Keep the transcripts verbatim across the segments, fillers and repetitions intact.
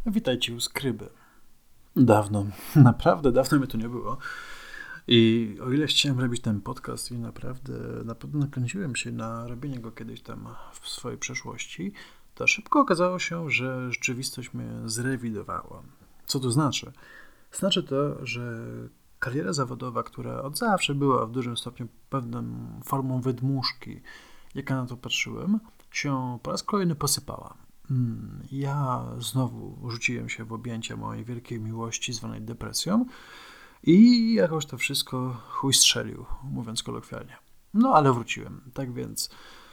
Witajcie u Skryby. Dawno, naprawdę dawno mi tu nie było. I o ile chciałem robić ten podcast i naprawdę na pewno nakręciłem się na robienie go kiedyś tam w swojej przeszłości, to szybko okazało się, że rzeczywistość mnie zrewidowała. Co to znaczy? Znaczy to, że kariera zawodowa, która od zawsze była w dużym stopniu pewną formą wydmuszki, jak ja na to patrzyłem, się po raz kolejny posypała. Ja znowu rzuciłem się w objęcia mojej wielkiej miłości zwanej depresją i jakoś to wszystko chuj strzelił, mówiąc kolokwialnie. No ale wróciłem, tak więc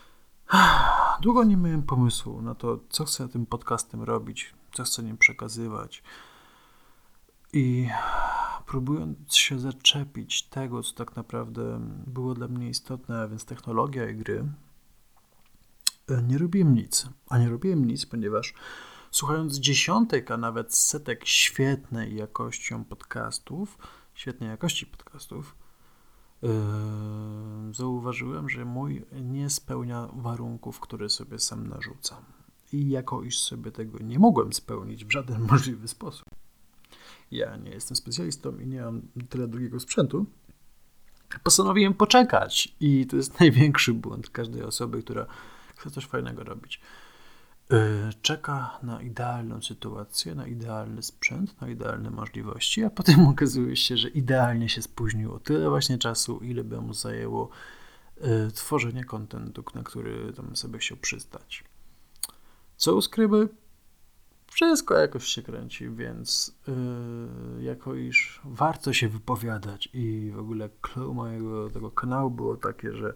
długo nie miałem pomysłu na to, co chcę tym podcastem robić, co chcę nim przekazywać i próbując się zaczepić tego, co tak naprawdę było dla mnie istotne, a więc technologia i gry, nie robiłem nic. A nie robiłem nic, ponieważ słuchając dziesiątek, a nawet setek świetnej jakością podcastów, świetnej jakości podcastów, yy, zauważyłem, że mój nie spełnia warunków, które sobie sam narzucam. I jako iż sobie tego nie mogłem spełnić w żaden możliwy sposób. Ja nie jestem specjalistą i nie mam tyle drugiego sprzętu. Postanowiłem poczekać i to jest największy błąd każdej osoby, która chce coś fajnego robić. Czeka na idealną sytuację, na idealny sprzęt, na idealne możliwości, a potem okazuje się, że idealnie się spóźniło. Tyle właśnie czasu, ile by mu zajęło tworzenie kontentu, na który tam sobie chciał przystać. Co u Skryby? Wszystko jakoś się kręci, więc yy, jako iż warto się wypowiadać i w ogóle clue mojego tego kanału było takie, że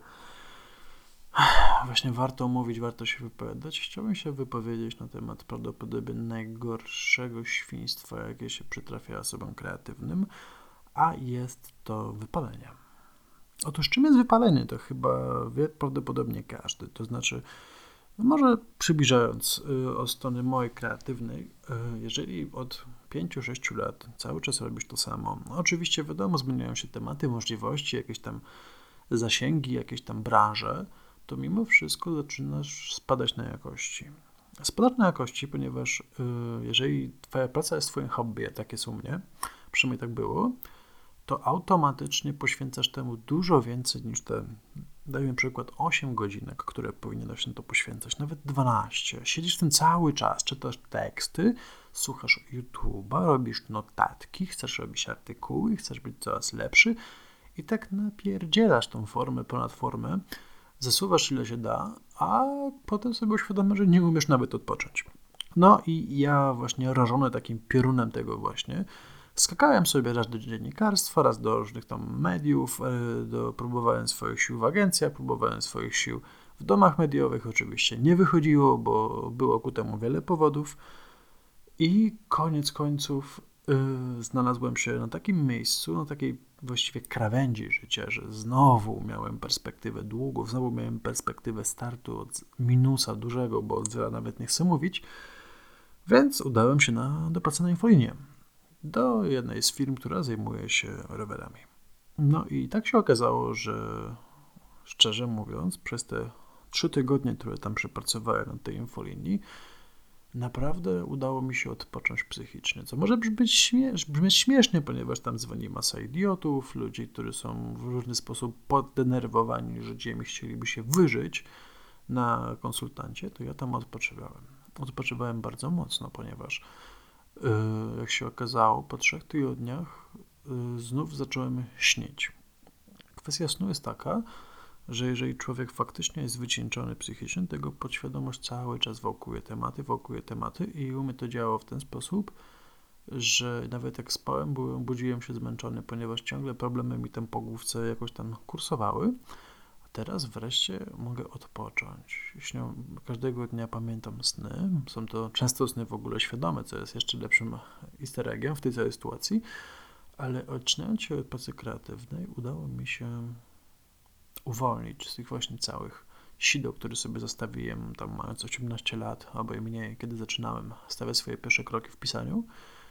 właśnie warto mówić, warto się wypowiadać. Chciałbym się wypowiedzieć na temat prawdopodobnie najgorszego świństwa, jakie się przytrafia osobom kreatywnym, a jest to wypalenie. Otóż czym jest wypalenie? To chyba wie prawdopodobnie każdy. To znaczy, może przybliżając y, od strony mojej kreatywnej, y, jeżeli od pięciu sześciu lat cały czas robisz to samo, no oczywiście wiadomo, zmieniają się tematy, możliwości, jakieś tam zasięgi, jakieś tam branże, to mimo wszystko zaczynasz spadać na jakości. Spadasz na jakości, ponieważ yy, jeżeli twoja praca jest twoim hobby, a takie są mnie, przynajmniej tak było, to automatycznie poświęcasz temu dużo więcej niż te, dajmy przykład, osiem godzinek, które powinieneś na to poświęcać, nawet dwanaście. Siedzisz w tym cały czas, czytasz teksty, słuchasz YouTube'a, robisz notatki, chcesz robić artykuły, chcesz być coraz lepszy i tak napierdzielasz tą formę ponad formę, zasuwasz ile się da, a potem sobie uświadamiasz, że nie umiesz nawet odpocząć. No i ja właśnie rażony takim piorunem tego właśnie, skakałem sobie raz do dziennikarstwa, raz do różnych tam mediów, do, próbowałem swoich sił w agencjach, próbowałem swoich sił w domach mediowych, oczywiście nie wychodziło, bo było ku temu wiele powodów i koniec końców yy, znalazłem się na takim miejscu, na takiej właściwie krawędzi życia, że znowu miałem perspektywę długów, znowu miałem perspektywę startu od minusa dużego, bo od zera nawet nie chcę mówić, więc udałem się na, do pracy na infolinię, do jednej z firm, która zajmuje się rowerami. No i tak się okazało, że szczerze mówiąc, przez te trzy tygodnie, które tam przepracowałem na tej infolinii, naprawdę udało mi się odpocząć psychicznie, co może brzmieć, śmiesz, brzmieć śmiesznie, ponieważ tam dzwoni masa idiotów, ludzi, którzy są w różny sposób poddenerwowani, że dzień chcieliby się wyżyć na konsultancie, to ja tam odpoczywałem. Odpoczywałem bardzo mocno, ponieważ yy, jak się okazało, po trzech tygodniach yy, znów zacząłem śnić. Kwestia snu jest taka, że jeżeli człowiek faktycznie jest wycieńczony psychicznie, tego podświadomość cały czas wałkuje tematy, wałkuje tematy i u mnie to działało w ten sposób, że nawet jak spałem, byłem, budziłem się zmęczony, ponieważ ciągle problemy mi tam po główce jakoś tam kursowały, a teraz wreszcie mogę odpocząć. Śnią, każdego dnia pamiętam sny, są to często sny w ogóle świadome, co jest jeszcze lepszym easter eggiem w tej całej sytuacji, ale odcinając się od pracy kreatywnej, udało mi się uwolnić z tych właśnie całych sideł, które sobie zostawiłem tam mając osiemnaście lat, albo i mniej, kiedy zaczynałem stawiać swoje pierwsze kroki w pisaniu.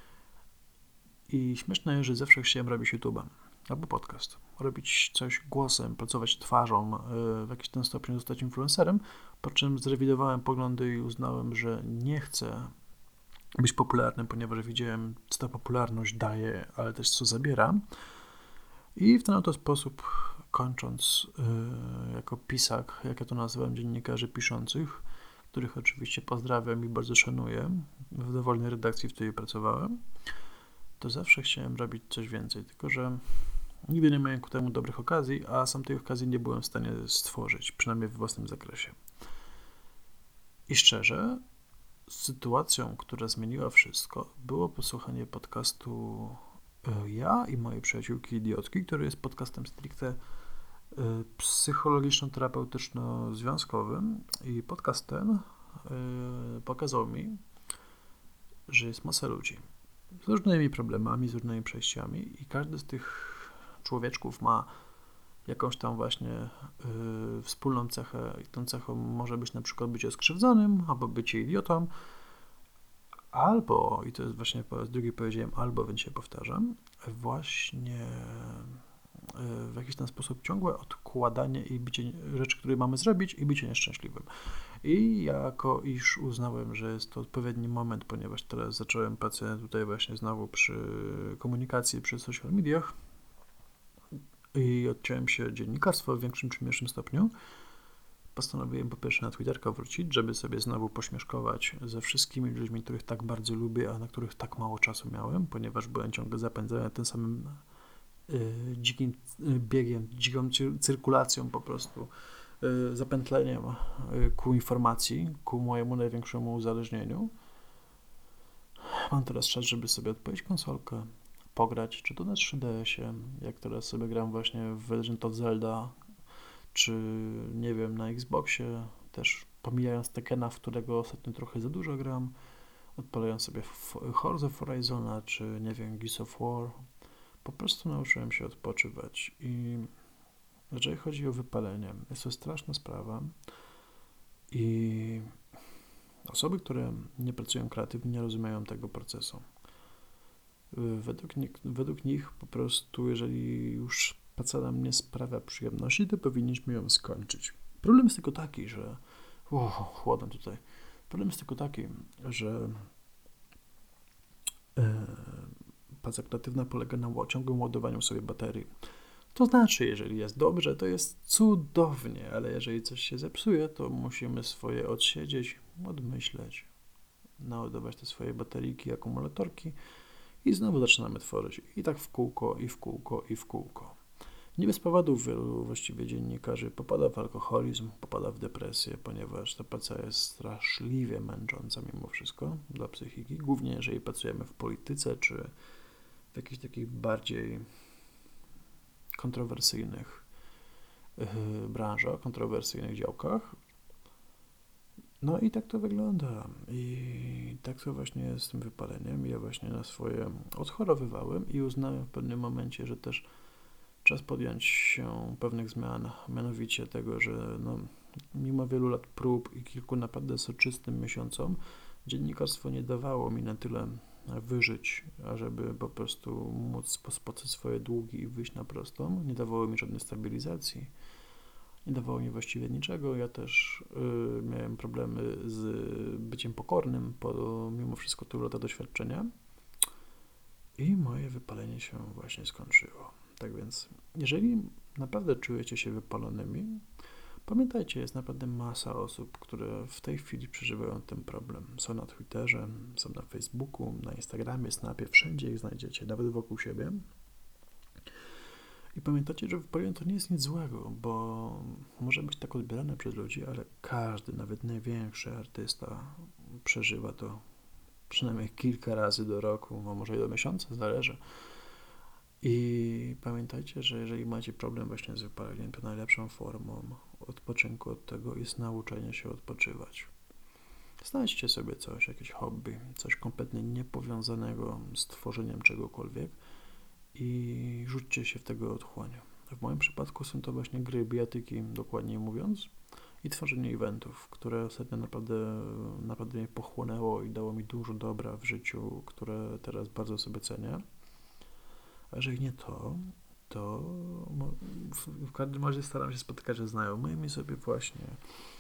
I śmieszne jest, że zawsze chciałem robić YouTube'a albo podcast, robić coś głosem, pracować twarzą, w jakiś ten stopniu zostać influencerem, po czym zrewidowałem poglądy i uznałem, że nie chcę być popularnym, ponieważ widziałem, co ta popularność daje, ale też co zabiera. I w ten oto sposób, kończąc yy, jako pisak, jak ja to nazywam, dziennikarzy piszących, których oczywiście pozdrawiam i bardzo szanuję, w dowolnej redakcji, w której pracowałem, to zawsze chciałem robić coś więcej, tylko że nigdy nie miałem ku temu dobrych okazji, a sam tej okazji nie byłem w stanie stworzyć, przynajmniej w własnym zakresie. I szczerze, sytuacją, która zmieniła wszystko, było posłuchanie podcastu ja i mojej przyjaciółki Idiotki, który jest podcastem stricte psychologiczno-terapeutyczno-związkowym, i podcast ten pokazał mi, że jest masa ludzi z różnymi problemami, z różnymi przejściami i każdy z tych człowieczków ma jakąś tam właśnie yy, wspólną cechę i tą cechą może być na przykład bycie skrzywdzonym, albo bycie idiotą, albo, i to jest właśnie po raz drugi powiedziałem albo, więc się powtarzam, właśnie w jakiś ten sposób ciągłe odkładanie i bycie rzeczy, które mamy zrobić, i bycie nieszczęśliwym. I jako iż uznałem, że jest to odpowiedni moment, ponieważ teraz zacząłem pracę tutaj właśnie znowu przy komunikacji, przy social mediach i odciąłem się od dziennikarstwa w większym czy mniejszym stopniu, postanowiłem po pierwsze na Twitterka wrócić, żeby sobie znowu pośmieszkować ze wszystkimi ludźmi, których tak bardzo lubię, a na których tak mało czasu miałem, ponieważ byłem ciągle zapędzany tym samym y, dzikim y, biegiem, dziką cyrkulacją po prostu, y, zapętleniem y, ku informacji, ku mojemu największemu uzależnieniu. Mam teraz czas, żeby sobie odpalić konsolkę, pograć, czy to na trzy D S-ie, jak teraz sobie gram właśnie w Legend of Zelda, czy nie wiem, na Xboxie, też pomijając Tekkena, w którego ostatnio trochę za dużo gram, odpalając sobie Forza Horizona, czy nie wiem, Gears of War. Po prostu nauczyłem się odpoczywać i jeżeli chodzi o wypalenie, jest to straszna sprawa i osoby, które nie pracują kreatywnie, nie rozumieją tego procesu. Według, nie, według nich po prostu, jeżeli już praca nam nie sprawia przyjemności, to powinniśmy ją skończyć. Problem jest tylko taki, że o, chłodem tutaj. Problem jest tylko taki, że e, praca kreatywna polega na ciągłym ładowaniu sobie baterii. To znaczy, jeżeli jest dobrze, to jest cudownie, ale jeżeli coś się zepsuje, to musimy swoje odsiedzieć, odmyśleć, naładować te swoje bateryjki, akumulatorki i znowu zaczynamy tworzyć. I tak w kółko, i w kółko, i w kółko. Nie bez powodu wielu właściwie dziennikarzy popada w alkoholizm, popada w depresję, ponieważ ta praca jest straszliwie męcząca mimo wszystko dla psychiki, głównie jeżeli pracujemy w polityce, czy w jakichś takich bardziej kontrowersyjnych yy, branżach, kontrowersyjnych działkach. No i tak to wygląda. I tak to właśnie jest z tym wypaleniem. Ja właśnie na swoje odchorowywałem i uznałem w pewnym momencie, że też czas podjąć się pewnych zmian, mianowicie tego, że no, mimo wielu lat prób i kilku naprawdę soczystym miesiącom, dziennikarstwo nie dawało mi na tyle wyżyć, ażeby po prostu móc pospłacać swoje długi i wyjść na prostą. Nie dawało mi żadnej stabilizacji, nie dawało mi właściwie niczego. Ja też y, miałem problemy z byciem pokornym, pomimo wszystko tylu lata doświadczenia. I moje wypalenie się właśnie skończyło. Tak więc, jeżeli naprawdę czujecie się wypalonymi, pamiętajcie, jest naprawdę masa osób, które w tej chwili przeżywają ten problem. Są na Twitterze, są na Facebooku, na Instagramie, Snapie, wszędzie ich znajdziecie, nawet wokół siebie. I pamiętajcie, że wypalenie to nie jest nic złego, bo może być tak odbierane przez ludzi, ale każdy, nawet największy artysta przeżywa to przynajmniej kilka razy do roku, a może i do miesiąca, zależy. I pamiętajcie, że jeżeli macie problem właśnie z wypaleniem, to najlepszą formą odpoczynku od tego jest nauczenie się odpoczywać. Znajdźcie sobie coś, jakieś hobby, coś kompletnie niepowiązanego z tworzeniem czegokolwiek i rzućcie się w tego otchłań. W moim przypadku są to właśnie gry, bijatyki, dokładniej mówiąc, i tworzenie eventów, które ostatnio naprawdę, naprawdę mnie pochłonęło i dało mi dużo dobra w życiu, które teraz bardzo sobie cenię. A jeżeli nie to, to w każdym razie staram się spotykać ze znajomymi, sobie właśnie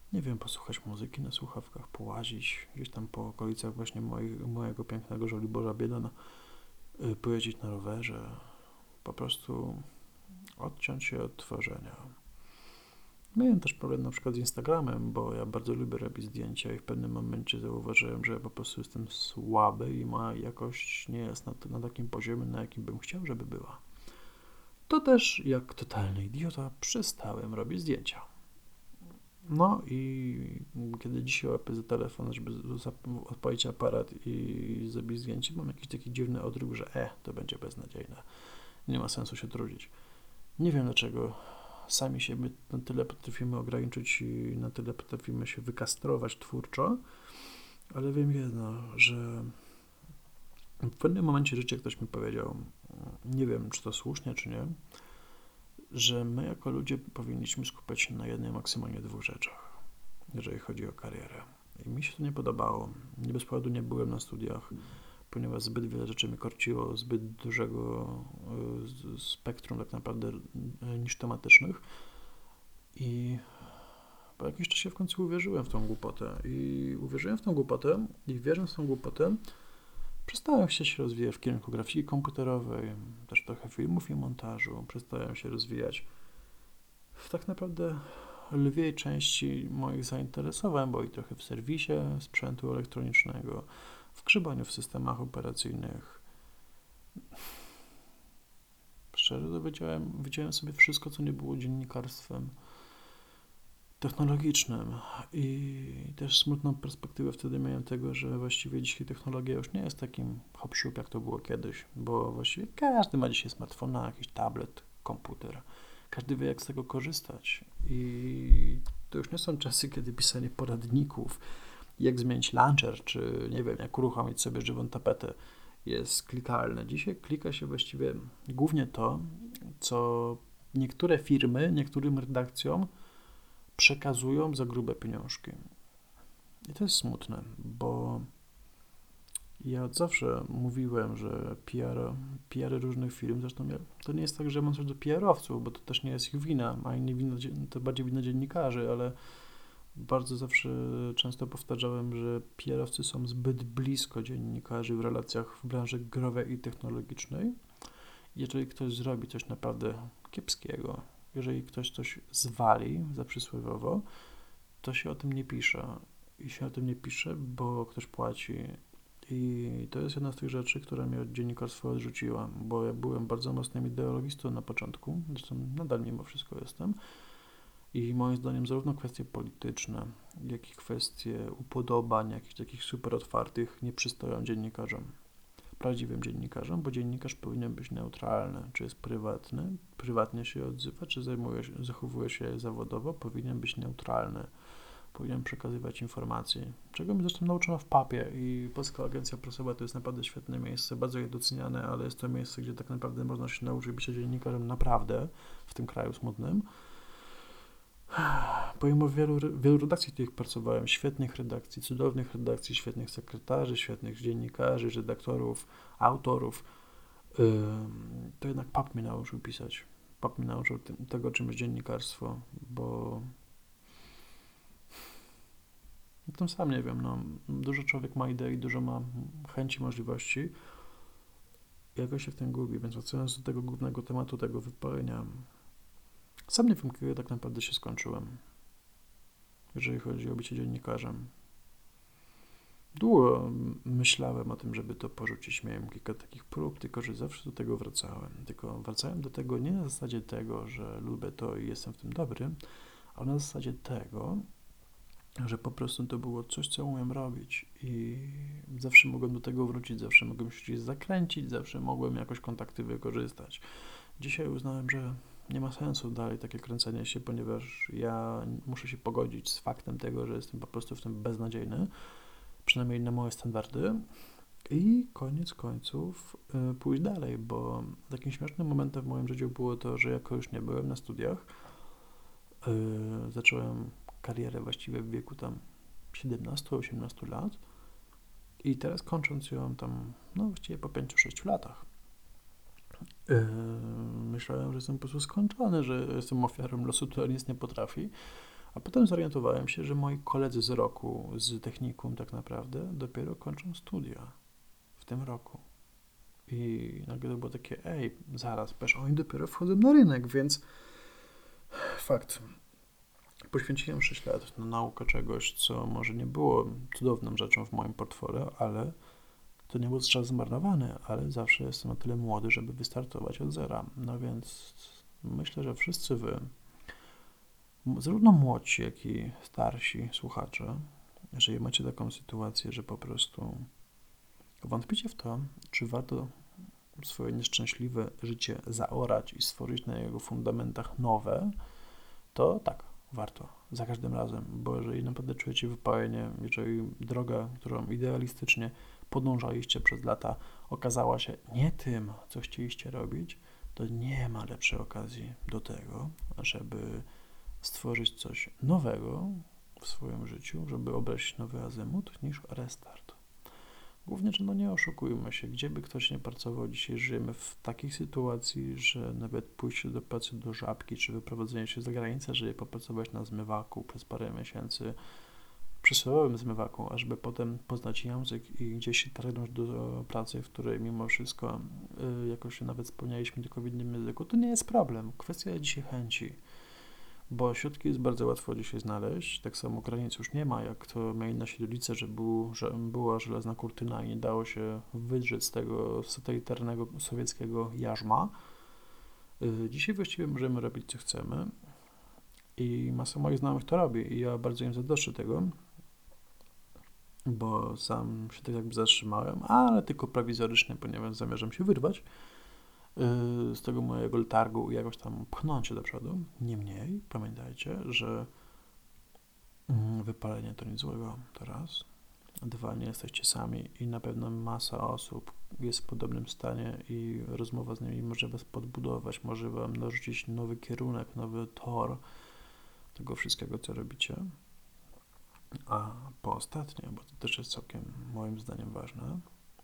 nie wiem, posłuchać muzyki na słuchawkach, połazić gdzieś tam po okolicach właśnie moich, mojego pięknego Żoliborza Biedana, y, pojeździć na rowerze, po prostu odciąć się od tworzenia. Miałem też problem na przykład z Instagramem, bo ja bardzo lubię robić zdjęcia i w pewnym momencie zauważyłem, że ja po prostu jestem słaby i moja jakość nie jest na, na takim poziomie, na jakim bym chciał, żeby była. To też, jak totalny idiota, przestałem robić zdjęcia. No i kiedy dzisiaj łapię za telefon, żeby odpalić aparat i zrobić zdjęcie, mam jakiś taki dziwny odruch, że e, to będzie beznadziejne. Nie ma sensu się trudzić. Nie wiem dlaczego. Sami siebie na tyle potrafimy ograniczyć i na tyle potrafimy się wykastrować twórczo, ale wiem jedno, że w pewnym momencie życia ktoś mi powiedział, nie wiem czy to słusznie czy nie, że my jako ludzie powinniśmy skupiać się na jednej, maksymalnie dwóch rzeczach, jeżeli chodzi o karierę. I mi się to nie podobało. Nie bez powodu nie byłem na studiach, ponieważ zbyt wiele rzeczy mi korciło, zbyt dużego y, spektrum tak naprawdę y, niż tematycznych. I po jakimś czasie w końcu uwierzyłem w tą głupotę. I uwierzyłem w tą głupotę i wierząc w tą głupotę, przestałem się rozwijać w kierunku grafiki komputerowej, też trochę filmów i montażu. Przestałem się rozwijać w tak naprawdę lwiej części moich zainteresowań, bo i trochę w serwisie sprzętu elektronicznego, w grzebaniu w systemach operacyjnych. Szczerze to wydziałem, wydziałem sobie wszystko, co nie było dziennikarstwem technologicznym i też smutną perspektywę wtedy miałem tego, że właściwie dzisiaj technologia już nie jest takim hop siup, jak to było kiedyś, bo właściwie każdy ma dzisiaj smartfona, jakiś tablet, komputer. Każdy wie, jak z tego korzystać i to już nie są czasy, kiedy pisanie poradników, jak zmienić launcher, czy nie wiem, jak uruchomić sobie żywą tapetę jest klikalne. Dzisiaj klika się właściwie głównie to, co niektóre firmy, niektórym redakcjom przekazują za grube pieniążki. I to jest smutne, bo ja od zawsze mówiłem, że P R, P R różnych firm, zresztą ja, to nie jest tak, że mam coś do P R owców, bo to też nie jest ich wina, a nie wina, to bardziej wina dziennikarzy, ale bardzo zawsze często powtarzałem, że P R owcy są zbyt blisko dziennikarzy w relacjach w branży growej i technologicznej. Jeżeli ktoś zrobi coś naprawdę kiepskiego, jeżeli ktoś coś zwali za przysłowiowo, to się o tym nie pisze. I się o tym nie pisze, bo ktoś płaci. I to jest jedna z tych rzeczy, która mnie od dziennikarstwa odrzuciła, bo ja byłem bardzo mocnym ideologistą na początku, zresztą nadal mimo wszystko jestem. I moim zdaniem zarówno kwestie polityczne, jak i kwestie upodobań, jakichś takich super otwartych, nie przystoją dziennikarzom. Prawdziwym dziennikarzom, bo dziennikarz powinien być neutralny, czy jest prywatny, prywatnie się odzywa, czy zajmuje się, zachowuje się zawodowo, powinien być neutralny, powinien przekazywać informacje, czego mnie zresztą nauczono w papie i Polska Agencja Prasowa to jest naprawdę świetne miejsce, bardzo je doceniane, ale jest to miejsce, gdzie tak naprawdę można się nauczyć bycia dziennikarzem naprawdę w tym kraju smutnym. Pomimo wielu, wielu redakcji, w których pracowałem, świetnych redakcji, cudownych redakcji, świetnych sekretarzy, świetnych dziennikarzy, redaktorów, autorów, yy, to jednak pap mnie nauczył pisać. Pap mnie nauczył tym, tego, czym jest dziennikarstwo, bo tym sam nie wiem, no, dużo człowiek ma idei, dużo ma chęci, możliwości, jakoś się w tym gubi, więc wracając do tego głównego tematu, tego wypalenia, sam nie wiem, kiedy tak naprawdę się skończyłem, jeżeli chodzi o bycie dziennikarzem. Długo myślałem o tym, żeby to porzucić. Miałem kilka takich prób, tylko że zawsze do tego wracałem. Tylko wracałem do tego nie na zasadzie tego, że lubię to i jestem w tym dobry, ale na zasadzie tego, że po prostu to było coś, co umiem robić i zawsze mogłem do tego wrócić, zawsze mogłem się gdzieś zakręcić, zawsze mogłem jakoś kontakty wykorzystać. Dzisiaj uznałem, że nie ma sensu dalej takie kręcenie się, ponieważ ja muszę się pogodzić z faktem tego, że jestem po prostu w tym beznadziejny, przynajmniej na moje standardy i koniec końców y, pójść dalej, bo takim śmiesznym momentem w moim życiu było to, że jako już nie byłem na studiach, y, zacząłem karierę właściwie w wieku tam siedemnastu osiemnastu lat i teraz kończąc ją tam, no właściwie po pięciu sześciu latach. Yy, myślałem, że jestem po prostu skończony, że jestem ofiarą losu, który nic nie potrafi, A potem zorientowałem się, że moi koledzy z roku, z technikum tak naprawdę, dopiero kończą studia w tym roku. I nagle to było takie, ej, zaraz, przecież oni dopiero wchodzą na rynek, więc fakt. Poświęciłem sześć lat na naukę czegoś, co może nie było cudowną rzeczą w moim portfolio, ale to nie był czas zmarnowany, ale zawsze jestem na tyle młody, żeby wystartować od zera. No więc myślę, że wszyscy wy, zarówno młodsi, jak i starsi słuchacze, jeżeli macie taką sytuację, że po prostu wątpicie w to, czy warto swoje nieszczęśliwe życie zaorać i stworzyć na jego fundamentach nowe, to tak, warto. Za każdym razem, bo jeżeli naprawdę czujecie wypalenie, jeżeli droga, którą idealistycznie podążaliście przez lata, okazała się nie tym, co chcieliście robić, to nie ma lepszej okazji do tego, żeby stworzyć coś nowego w swoim życiu, żeby obrać nowy azymut, niż restart. Głównie, że no nie oszukujmy się, gdzie by ktoś nie pracował, dzisiaj żyjemy w takiej sytuacji, że nawet pójście do pracy do Żabki, czy wyprowadzenie się za granicę, żeby popracować na zmywaku przez parę miesięcy, przysłowiowym zmywaku, ażeby potem poznać język i gdzieś się targnąć do pracy, w której mimo wszystko y, jakoś się nawet spełnialiśmy tylko w innym języku, to nie jest problem. Kwestia dzisiaj chęci. Bo środki jest bardzo łatwo dzisiaj znaleźć, tak samo granic już nie ma, jak to mieli nasi rodzice, że, był, że była żelazna kurtyna i nie dało się wydrzeć z tego satelitarnego sowieckiego jarzma. Dzisiaj właściwie możemy robić co chcemy i masa moich znajomych to robi i ja bardzo im zazdroszczę tego, bo sam się tak jakby zatrzymałem, ale tylko prowizorycznie, ponieważ zamierzam się wyrwać z tego mojego letargu i jakoś tam pchnąć się do przodu. Niemniej pamiętajcie, że wypalenie to nic złego, to raz. Dwa, nie jesteście sami i na pewno masa osób jest w podobnym stanie i rozmowa z nimi może was podbudować, może wam narzucić nowy kierunek, nowy tor tego wszystkiego, co robicie. A po ostatnie, bo to też jest całkiem moim zdaniem ważne,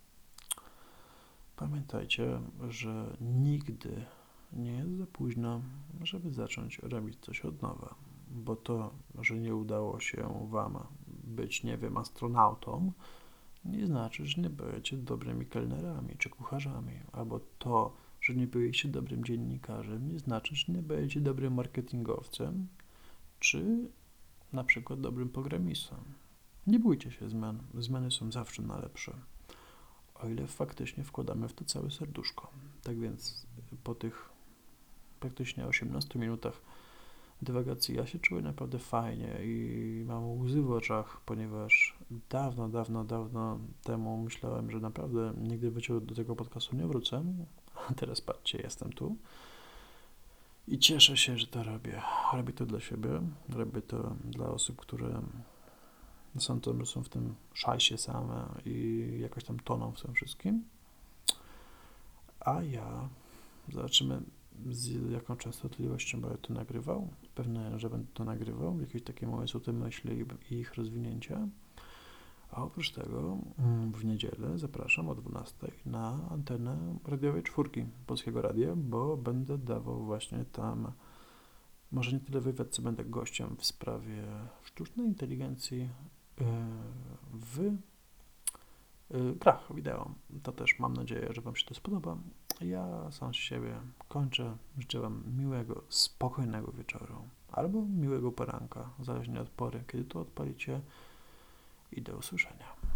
pamiętajcie, że nigdy nie jest za późno, żeby zacząć robić coś od nowa, bo to, że nie udało się wam być, nie wiem, astronautą, nie znaczy, że nie będziecie dobrymi kelnerami czy kucharzami, albo to, że nie byliście dobrym dziennikarzem, nie znaczy, że nie będziecie dobrym marketingowcem, czy na przykład dobrym programistą. Nie bójcie się zmian, zmiany są zawsze na lepsze, o ile faktycznie wkładamy w to całe serduszko. Tak więc po tych praktycznie osiemnastu minutach dywagacji ja się czuję naprawdę fajnie i mam łzy w oczach, ponieważ dawno, dawno, dawno temu myślałem, że naprawdę nigdy w życiu do tego podcastu nie wrócę, a teraz patrzcie, jestem tu i cieszę się, że to robię. Robię to dla siebie, robię to dla osób, które są, to, są w tym szajsie same i jakoś tam toną w tym wszystkim, a ja zobaczymy, z jaką częstotliwością będę to nagrywał. Pewnie, że będę to nagrywał, jakieś takie małe suty myśli i ich rozwinięcia. A oprócz tego w niedzielę zapraszam o dwunastej na antenę radiowej czwórki Polskiego Radia, bo będę dawał właśnie tam, może nie tyle wywiad, co będę gościem w sprawie sztucznej inteligencji w grach wideo. To też mam nadzieję, że wam się to spodoba. Ja sam z siebie kończę. Życzę wam miłego, spokojnego wieczoru albo miłego poranka, zależnie od pory, kiedy to odpalicie i do usłyszenia.